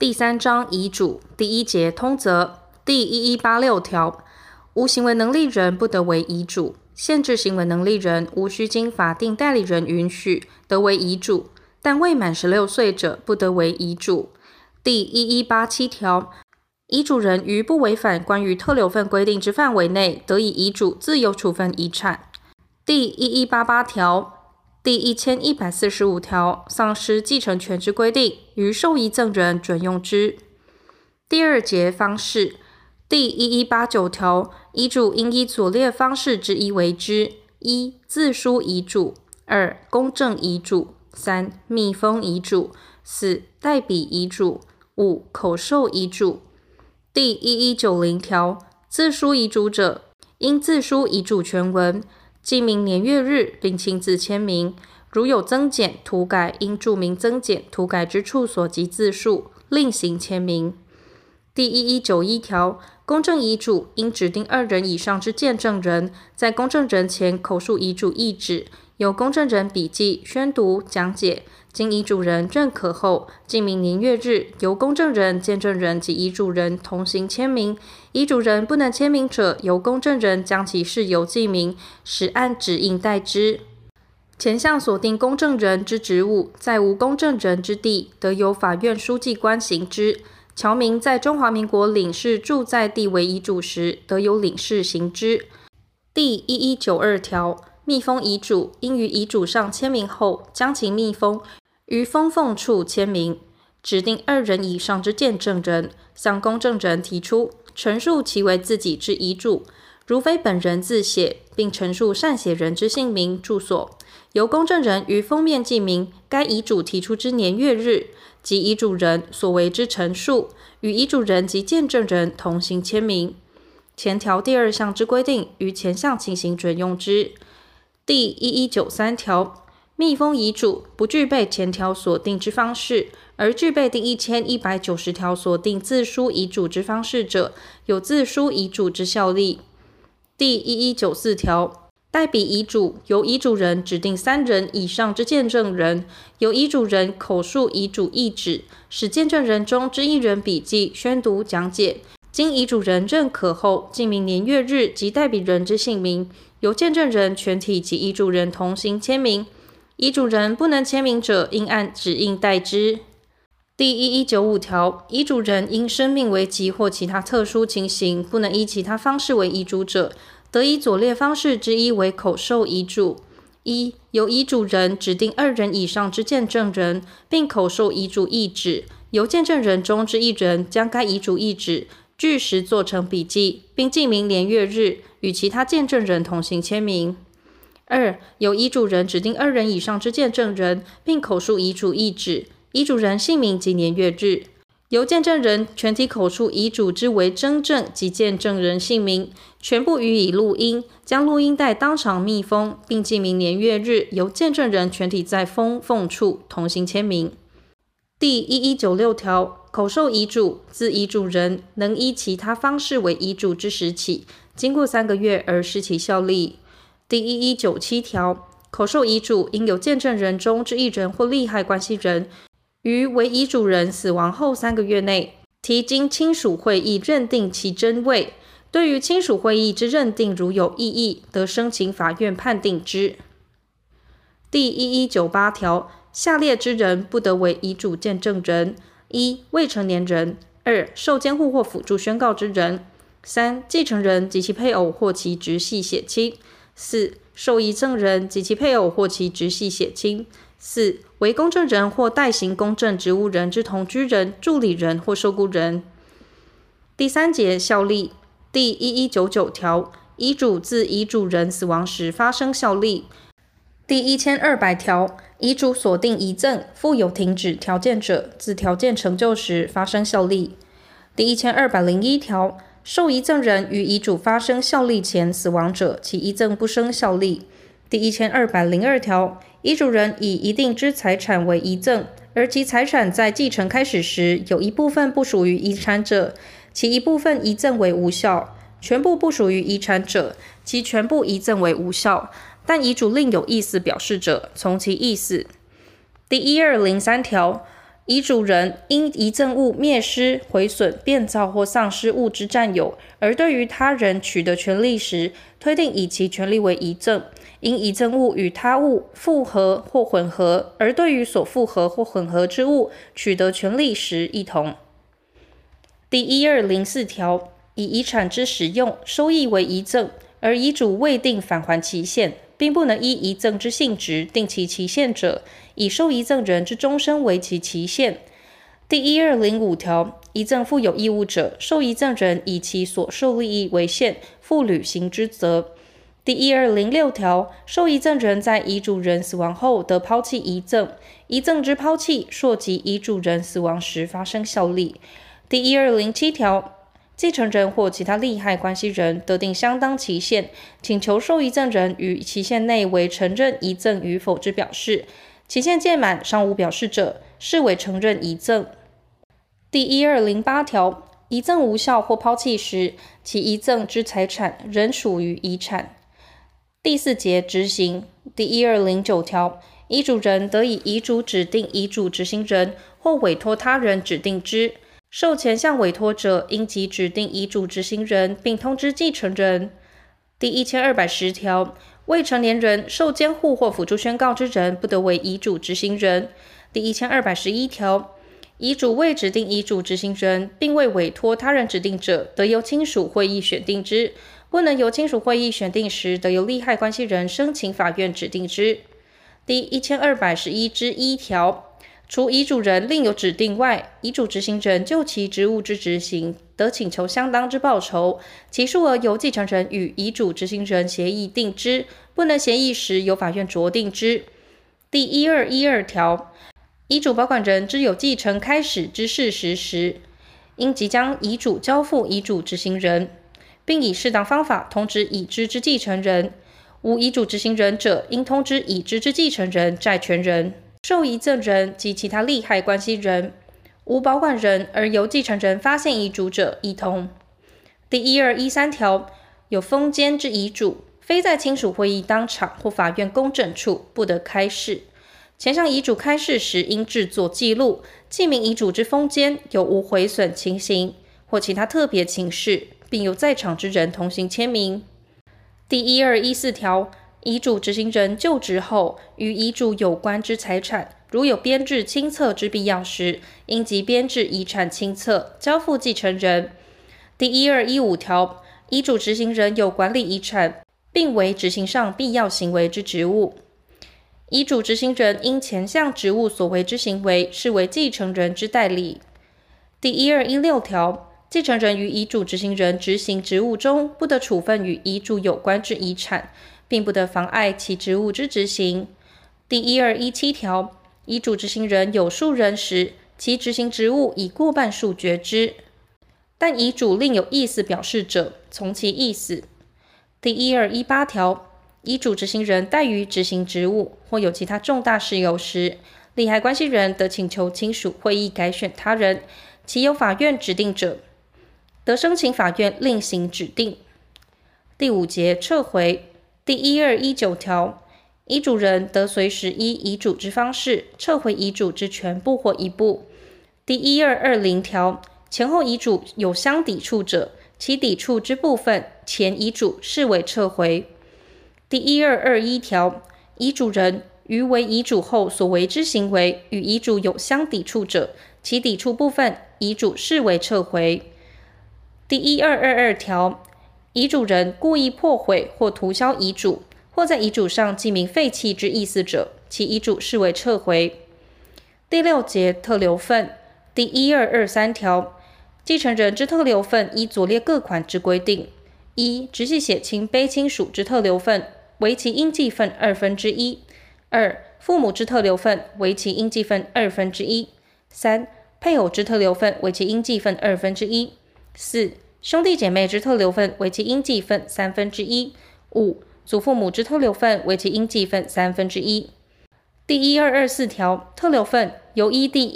第3章遗嘱第1节通则第1186条，无行为能力人不得为遗嘱，限制行为能力人无需经法定代理人允许得为遗嘱，但未满16岁者不得为遗嘱。第1187条，遗嘱人于不违反关于特留份规定之范围内，得以遗嘱自由处分遗产。第1188条、第1145条，丧失继承权之规定，于受遗赠人准用之。第2节方式，第1189条，遗嘱应依所列方式之一为之：1、自书遗嘱； 2、公证遗嘱； 3、密封遗嘱； 4、代笔遗嘱； 5、口授遗嘱。第1190条，自书遗嘱者，应自书遗嘱全文，记明年月日，并亲自签名。如有增减、涂改，应注明增减、涂改之处所及字数，另行签名。第1191条，公证遗嘱应指定2人以上之见证人，在公证人前口述遗嘱意旨，由公证人笔记、宣读、讲解，经遗嘱人认可后，记明年月日，由公证人、见证人及遗嘱人同行签名。遗嘱人不能签名者，由公证人将其事由记明，实按指印代之。前项锁定公证人之职务，在无公证人之地，得由法院书记官行之。侨民在中华民国领事住在地为遗嘱时，得由领事行之。第1192条，密封遗嘱应于遗嘱上签名后，将其密封，于封缝处签名。指定2人以上之见证人，向公证人提出，陈述其为自己之遗嘱，如非本人自写，并陈述善写人之姓名、住所，由公证人于封面记明该遗嘱提出之年月日及遗嘱人所为之陈述，与遗嘱人及见证人同行签名。前条第2项之规定，于前项情形准用之。第1193条，密封遗嘱不具备前条所定之方式，而具备第1190条所定自书遗嘱之方式者，有自书遗嘱之效力。第1194条，代笔遗嘱由遗嘱人指定3人以上之见证人，由遗嘱人口述遗嘱意旨，使见证人中之1人笔记、宣读、讲解，经遗嘱人认可后，记明年月日及代笔人之姓名，由见证人全体及遗嘱人同行签名。遗嘱人不能签名者，应按指印代之。第1195条，遗嘱人因生命危急或其他特殊情形，不能依其他方式为遗嘱者，得以左列方式之一为口授遗嘱。1、由遗嘱人指定2人以上之见证人，并口授遗嘱意旨，由见证人中之1人将该遗嘱意旨据实做成笔记，并记明年月日，与其他见证人同行签名。2、由遗嘱人指定2人以上之见证人，并口述遗嘱意旨，遗嘱人姓名及年月日，由见证人全体口述遗嘱之为真正及见证人姓名，全部予以录音，将录音带当场密封，并记明年月日，由见证人全体在封缝处同行签名。第1196条，口授遗嘱自遗嘱人能依其他方式为遗嘱之时起，经过3个月而失其效力。第1197条，口授遗嘱应有见证人中之1人或利害关系人，于为遗嘱人死亡后3个月内，提经亲属会议认定其真伪。对于亲属会议之认定如有异议，得申请法院判定之。第1198条，下列之人不得为遗嘱见证人：1、未成年人； 2、受监护或辅助宣告之人； 3、继承人及其配偶或其直系血亲； 4、受遗赠人及其配偶或其直系血亲； 4、为公证人或代行公证职务人之同居人、助理人或受雇人。第3节效力。第1199条，遗嘱自遗嘱人死亡时发生效力。第1200条，遗嘱锁定遗赠附有停止条件者，自条件成就时发生效力。第1201条，受遗赠人于遗嘱发生效力前死亡者，其遗赠不生效力。第1202条，遗嘱人以一定之财产为遗赠，而其财产在继承开始时有一部分不属于遗产者，其一部分遗赠为无效；全部不属于遗产者，其全部遗赠为无效。但遗嘱另有意思表示者，从其意思。第1203条， 遗嘱人因遗赠物灭失、毁损、变造或丧失物之占有，而对于他人取得权利时，推定以其权利为遗赠。因遗赠物与他物复合或混合，而对于所复合或混合之物取得权利时一同。第1204条，以遗产之使用、收益为遗赠，而遗嘱未定返还期限，并不能依遗赠之性质定其期限者，以受遗赠人之终身为其期限。第1205条，遗赠负有义务者，受遗赠人以其所受利益为限，负履行之责。第1206条，受遗赠人在遗嘱人死亡后得抛弃遗赠，遗赠之抛弃溯及遗嘱人死亡时发生效力。第1207条，继承人或其他利害关系人得定相当期限，请求受遗赠人于期限内为承认遗赠与否之表示，期限届满尚无表示者，视为承认遗赠。第1208条，遗赠无效或抛弃时，其遗赠之财产仍属于遗产。第4节执行。第1209条，遗嘱人得以遗嘱指定遗嘱执行人，或委托他人指定之。受前项委托者，应即指定遗嘱执行人，并通知继承人。第1210条，未成年人、受监护或辅助宣告之人，不得为遗嘱执行人。第1211条，遗嘱未指定遗嘱执行人，并未委托他人指定者，得由亲属会议选定之。不能由亲属会议选定时，得由利害关系人申请法院指定之。第1211条，除遗嘱人另有指定外，遗嘱执行人就其职务之执行，得请求相当之报酬，其数额由继承人与遗嘱执行人协议定之，不能协议时，由法院酌定之。第1212条，遗嘱保管人知有继承开始之事实时，应即将遗嘱交付遗嘱执行人，并以适当方法通知已知之继承人。无遗嘱执行人者，应通知已知之继承人、债权人、受遗赠人及其他利害关系人。无保管人而由继承人发现遗嘱者，一同。第1213条，有封缄之遗嘱，非在亲属会议当场或法院公证处，不得开示。前项遗嘱开示时，应制作记录，记明遗嘱之封缄有无毁损情形或其他特别情事，并由在场之人同行签名。第1214条，遗嘱执行人就职后，与遗嘱有关之财产，如有编制清册之必要时，应即编制遗产清册，交付继承人。第1215条，遗嘱执行人有管理遗产，并为执行上必要行为之职务。遗嘱执行人因前项职务所为之行为，视为继承人之代理。第1216条，继承人于遗嘱执行人执行职务中，不得处分与遗嘱有关之遗产，并不得妨碍其职务之执行。第1217条，遗嘱执行人有数人时，其执行职务以过半数决之，但遗嘱另有意思表示者，从其意思。第1218条，遗嘱执行人怠于执行职务，或有其他重大事由时，利害关系人得请求亲属会议改选他人，其由法院指定者，得申请法院另行指定。第5节撤回。第1219条，遗嘱人得随时依遗嘱之方式撤回遗嘱之全部或一部。第1220条，前后遗嘱有相抵触者，其抵触之部分，前遗嘱视为撤回。第1221条，遗嘱人于为遗嘱后所为之行为与遗嘱有相抵触者，其抵触部分，遗嘱视为撤回。第1222条，遗嘱人故意破坏或涂销遗嘱，或在遗嘱上记明废弃之意思者，其遗嘱视为撤回。第6节特留份。第1223条，继承人之特留份依左列各款之规定：一、直系血亲卑亲属之特留份，为其应继份1/2；二、父母之特留份，为其应继份1/2；三、配偶之特留份，为其应继份1/2；四、兄弟姐妹之特留份，为其应继份1/3；五、祖父母之特留份，为其应继份1/3。第1224条，特留份由依第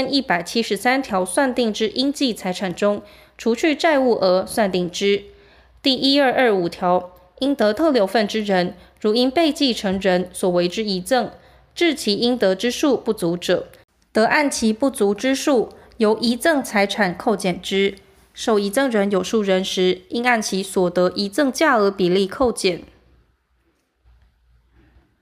1173条算定之应继财产中，除去债务额算定之。第1225条，应得特留份之人，如因被继承人所为之遗赠，致其应得之数不足者， 得按其不足之数，由遗赠财产扣减之。受遗赠人有数人时，应按其所得遗赠价额比例扣减。